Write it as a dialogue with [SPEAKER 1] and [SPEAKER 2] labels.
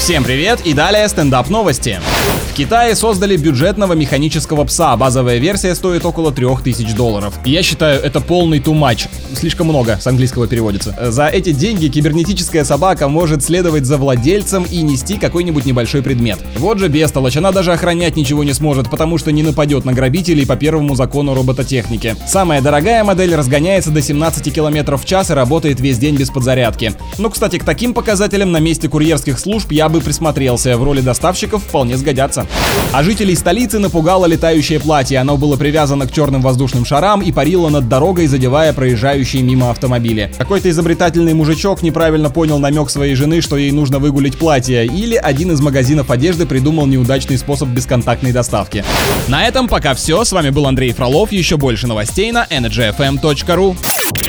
[SPEAKER 1] Всем привет и далее стендап новости. В Китае создали бюджетного механического пса. Базовая версия стоит около $3000. Я считаю, это полный too much. Слишком много, с английского переводится. За эти деньги кибернетическая собака может следовать за владельцем и нести какой-нибудь небольшой предмет. Вот же бестолочь, она даже охранять ничего не сможет, потому что не нападет на грабителей по первому закону робототехники. Самая дорогая модель разгоняется до 17 км в час и работает весь день без подзарядки. Ну, кстати, к таким показателям на месте курьерских служб я бы присмотрелся, в роли доставщиков вполне сгодятся. А жителей столицы напугало летающее платье. Оно было привязано к черным воздушным шарам и парило над дорогой, задевая проезжающие мимо автомобили. Какой-то изобретательный мужичок неправильно понял намек своей жены, что ей нужно выгулить платье, или один из магазинов одежды придумал неудачный способ бесконтактной доставки. На этом пока все. С вами был Андрей Фролов. Еще больше новостей на energyfm.ru.